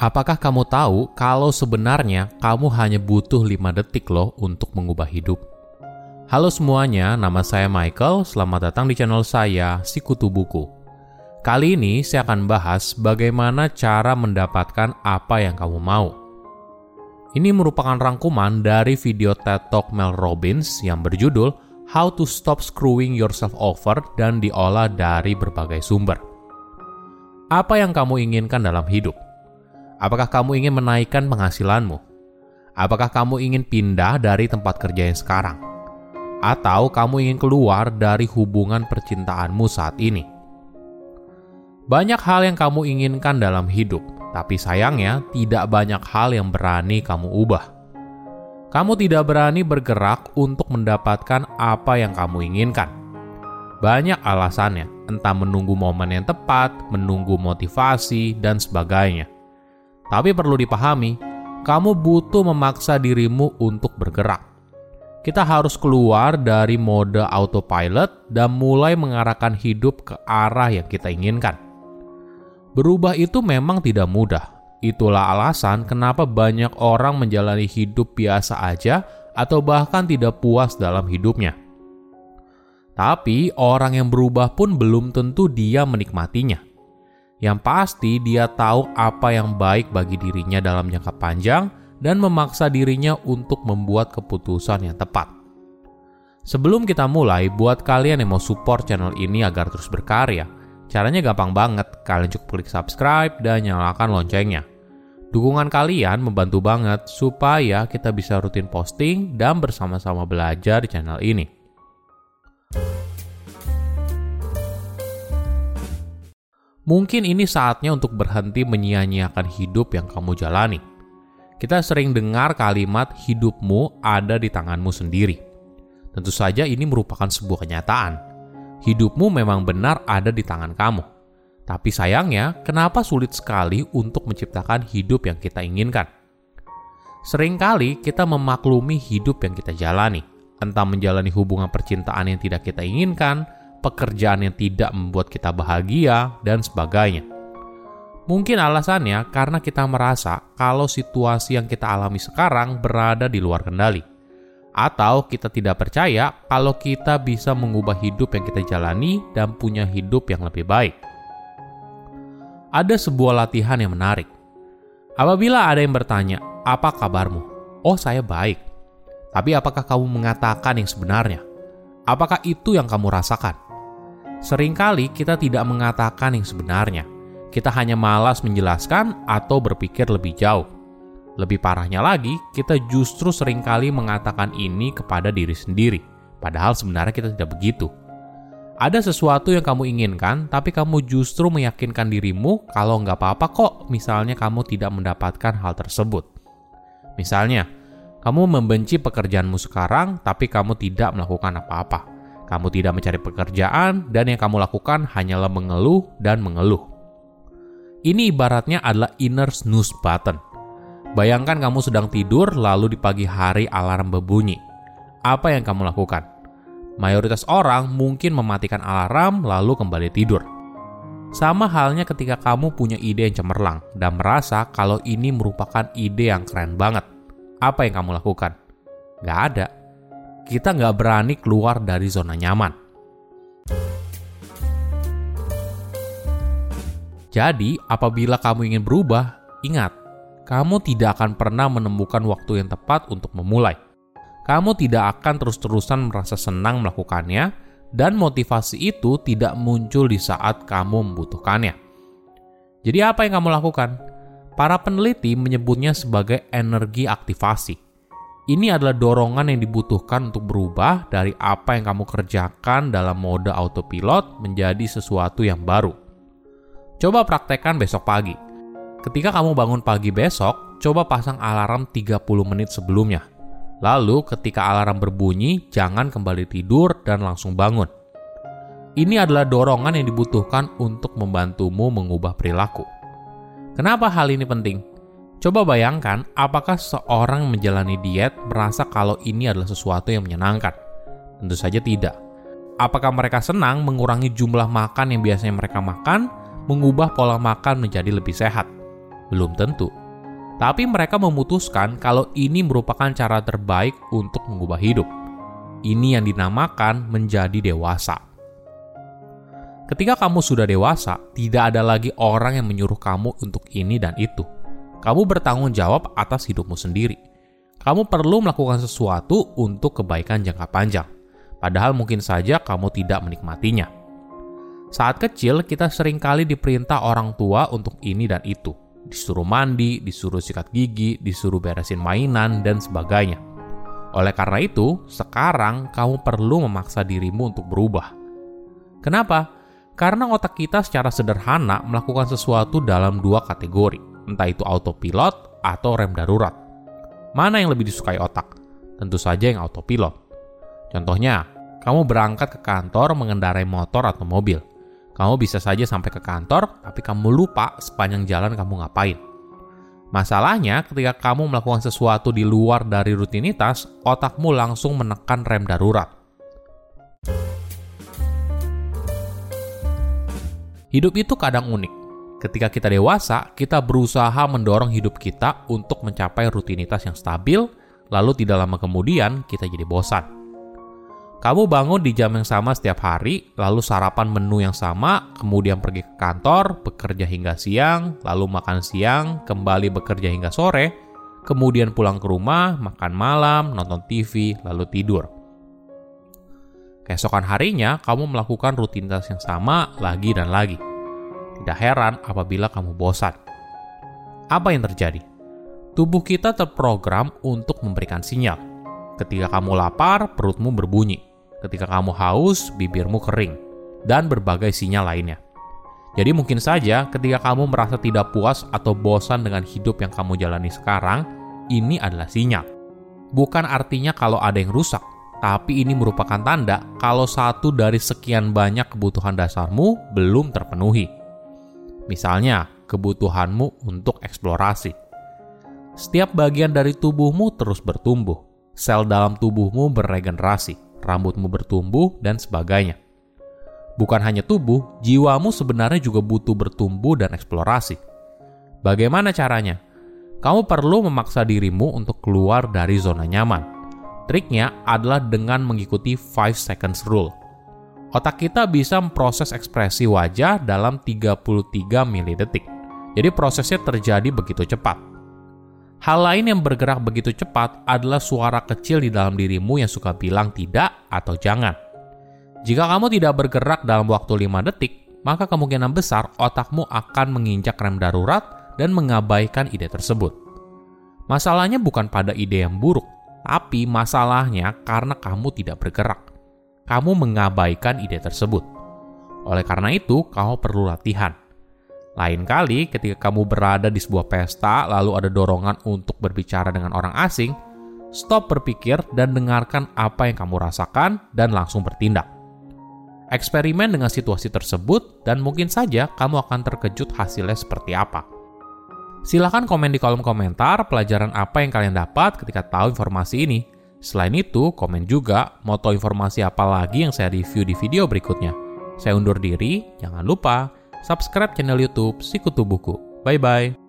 Apakah kamu tahu kalau sebenarnya kamu hanya butuh 5 detik loh untuk mengubah hidup? Halo semuanya, nama saya Michael. Selamat datang di channel saya, Sikutu Buku. Kali ini saya akan bahas bagaimana cara mendapatkan apa yang kamu mau. Ini merupakan rangkuman dari video TED Talk Mel Robbins yang berjudul How to Stop Screwing Yourself Over dan diolah dari berbagai sumber. Apa yang kamu inginkan dalam hidup? Apakah kamu ingin menaikkan penghasilanmu? Apakah kamu ingin pindah dari tempat kerja yang sekarang? Atau kamu ingin keluar dari hubungan percintaanmu saat ini? Banyak hal yang kamu inginkan dalam hidup, tapi sayangnya tidak banyak hal yang berani kamu ubah. Kamu tidak berani bergerak untuk mendapatkan apa yang kamu inginkan. Banyak alasannya, entah menunggu momen yang tepat, menunggu motivasi, dan sebagainya. Tapi perlu dipahami, kamu butuh memaksa dirimu untuk bergerak. Kita harus keluar dari mode autopilot dan mulai mengarahkan hidup ke arah yang kita inginkan. Berubah itu memang tidak mudah. Itulah alasan kenapa banyak orang menjalani hidup biasa aja atau bahkan tidak puas dalam hidupnya. Tapi orang yang berubah pun belum tentu dia menikmatinya. Yang pasti dia tahu apa yang baik bagi dirinya dalam jangka panjang dan memaksa dirinya untuk membuat keputusan yang tepat. Sebelum kita mulai, buat kalian yang mau support channel ini agar terus berkarya, caranya gampang banget. Kalian cukup klik subscribe dan nyalakan loncengnya. Dukungan kalian membantu banget supaya kita bisa rutin posting dan bersama-sama belajar di channel ini. Mungkin ini saatnya untuk berhenti menyia-nyiakan hidup yang kamu jalani. Kita sering dengar kalimat hidupmu ada di tanganmu sendiri. Tentu saja ini merupakan sebuah kenyataan. Hidupmu memang benar ada di tangan kamu. Tapi sayangnya, kenapa sulit sekali untuk menciptakan hidup yang kita inginkan? Seringkali kita memaklumi hidup yang kita jalani. Entah menjalani hubungan percintaan yang tidak kita inginkan, pekerjaan yang tidak membuat kita bahagia, dan sebagainya. Mungkin alasannya karena kita merasa kalau situasi yang kita alami sekarang berada di luar kendali. Atau kita tidak percaya kalau kita bisa mengubah hidup yang kita jalani dan punya hidup yang lebih baik. Ada sebuah latihan yang menarik. Apabila ada yang bertanya, "Apa kabarmu?" "Oh, saya baik." Tapi apakah kamu mengatakan yang sebenarnya? Apakah itu yang kamu rasakan? Seringkali kita tidak mengatakan yang sebenarnya. Kita hanya malas menjelaskan atau berpikir lebih jauh. Lebih parahnya lagi, kita justru seringkali mengatakan ini kepada diri sendiri. Padahal sebenarnya kita tidak begitu. Ada sesuatu yang kamu inginkan, tapi kamu justru meyakinkan dirimu kalau nggak apa-apa kok misalnya kamu tidak mendapatkan hal tersebut. Misalnya, kamu membenci pekerjaanmu sekarang, tapi kamu tidak melakukan apa-apa. Kamu tidak mencari pekerjaan, dan yang kamu lakukan hanyalah mengeluh dan mengeluh. Ini ibaratnya adalah inner snooze button. Bayangkan kamu sedang tidur, lalu di pagi hari alarm berbunyi. Apa yang kamu lakukan? Mayoritas orang mungkin mematikan alarm, lalu kembali tidur. Sama halnya ketika kamu punya ide yang cemerlang, dan merasa kalau ini merupakan ide yang keren banget. Apa yang kamu lakukan? Nggak ada. Kita nggak berani keluar dari zona nyaman. Jadi, apabila kamu ingin berubah, ingat, kamu tidak akan pernah menemukan waktu yang tepat untuk memulai. Kamu tidak akan terus-terusan merasa senang melakukannya, dan motivasi itu tidak muncul di saat kamu membutuhkannya. Jadi apa yang kamu lakukan? Para peneliti menyebutnya sebagai energi aktivasi. Ini adalah dorongan yang dibutuhkan untuk berubah dari apa yang kamu kerjakan dalam mode autopilot menjadi sesuatu yang baru. Coba praktekkan besok pagi. Ketika kamu bangun pagi besok, coba pasang alarm 30 menit sebelumnya. Lalu ketika alarm berbunyi, jangan kembali tidur dan langsung bangun. Ini adalah dorongan yang dibutuhkan untuk membantumu mengubah perilaku. Kenapa hal ini penting? Coba bayangkan, apakah seorang menjalani diet merasa kalau ini adalah sesuatu yang menyenangkan? Tentu saja tidak. Apakah mereka senang mengurangi jumlah makan yang biasanya mereka makan, mengubah pola makan menjadi lebih sehat? Belum tentu. Tapi mereka memutuskan kalau ini merupakan cara terbaik untuk mengubah hidup. Ini yang dinamakan menjadi dewasa. Ketika kamu sudah dewasa, tidak ada lagi orang yang menyuruh kamu untuk ini dan itu. Kamu bertanggung jawab atas hidupmu sendiri. Kamu perlu melakukan sesuatu untuk kebaikan jangka panjang. Padahal mungkin saja kamu tidak menikmatinya. Saat kecil, kita seringkali diperintah orang tua untuk ini dan itu. Disuruh mandi, disuruh sikat gigi, disuruh beresin mainan, dan sebagainya. Oleh karena itu, sekarang kamu perlu memaksa dirimu untuk berubah. Kenapa? Karena otak kita secara sederhana melakukan sesuatu dalam dua kategori, entah itu autopilot atau rem darurat. Mana yang lebih disukai otak? Tentu saja yang autopilot. Contohnya, kamu berangkat ke kantor mengendarai motor atau mobil. Kamu bisa saja sampai ke kantor, tapi kamu lupa sepanjang jalan kamu ngapain. Masalahnya, ketika kamu melakukan sesuatu di luar dari rutinitas, otakmu langsung menekan rem darurat. Hidup itu kadang unik. Ketika kita dewasa, kita berusaha mendorong hidup kita untuk mencapai rutinitas yang stabil, lalu tidak lama kemudian kita jadi bosan. Kamu bangun di jam yang sama setiap hari, lalu sarapan menu yang sama, kemudian pergi ke kantor, bekerja hingga siang, lalu makan siang, kembali bekerja hingga sore, kemudian pulang ke rumah, makan malam, nonton TV, lalu tidur. Keesokan harinya, kamu melakukan rutinitas yang sama lagi dan lagi. Tidak heran apabila kamu bosan. Apa yang terjadi? Tubuh kita terprogram untuk memberikan sinyal. Ketika kamu lapar, perutmu berbunyi. Ketika kamu haus, bibirmu kering, dan berbagai sinyal lainnya. Jadi mungkin saja ketika kamu merasa tidak puas atau bosan dengan hidup yang kamu jalani sekarang, ini adalah sinyal. Bukan artinya kalau ada yang rusak, tapi ini merupakan tanda kalau satu dari sekian banyak kebutuhan dasarmu belum terpenuhi. Misalnya, kebutuhanmu untuk eksplorasi. Setiap bagian dari tubuhmu terus bertumbuh. Sel dalam tubuhmu beregenerasi. Rambutmu bertumbuh, dan sebagainya. Bukan hanya tubuh, jiwamu sebenarnya juga butuh bertumbuh dan eksplorasi. Bagaimana caranya? Kamu perlu memaksa dirimu untuk keluar dari zona nyaman. Triknya adalah dengan mengikuti 5 seconds rule. Otak kita bisa memproses ekspresi wajah dalam 33 milidetik. Jadi prosesnya terjadi begitu cepat. Hal lain yang bergerak begitu cepat adalah suara kecil di dalam dirimu yang suka bilang tidak atau jangan. Jika kamu tidak bergerak dalam waktu 5 detik, maka kemungkinan besar otakmu akan menginjak rem darurat dan mengabaikan ide tersebut. Masalahnya bukan pada ide yang buruk, tapi masalahnya karena kamu tidak bergerak. Kamu mengabaikan ide tersebut. Oleh karena itu, kamu perlu latihan. Lain kali ketika kamu berada di sebuah pesta lalu ada dorongan untuk berbicara dengan orang asing, stop berpikir dan dengarkan apa yang kamu rasakan dan langsung bertindak. Eksperimen dengan situasi tersebut dan mungkin saja kamu akan terkejut hasilnya seperti apa. Silahkan komen di kolom komentar pelajaran apa yang kalian dapat ketika tahu informasi ini. Selain itu, komen juga mau tahu informasi apa lagi yang saya review di video berikutnya. Saya undur diri, jangan lupa subscribe channel YouTube Sikutu Buku. Bye-bye.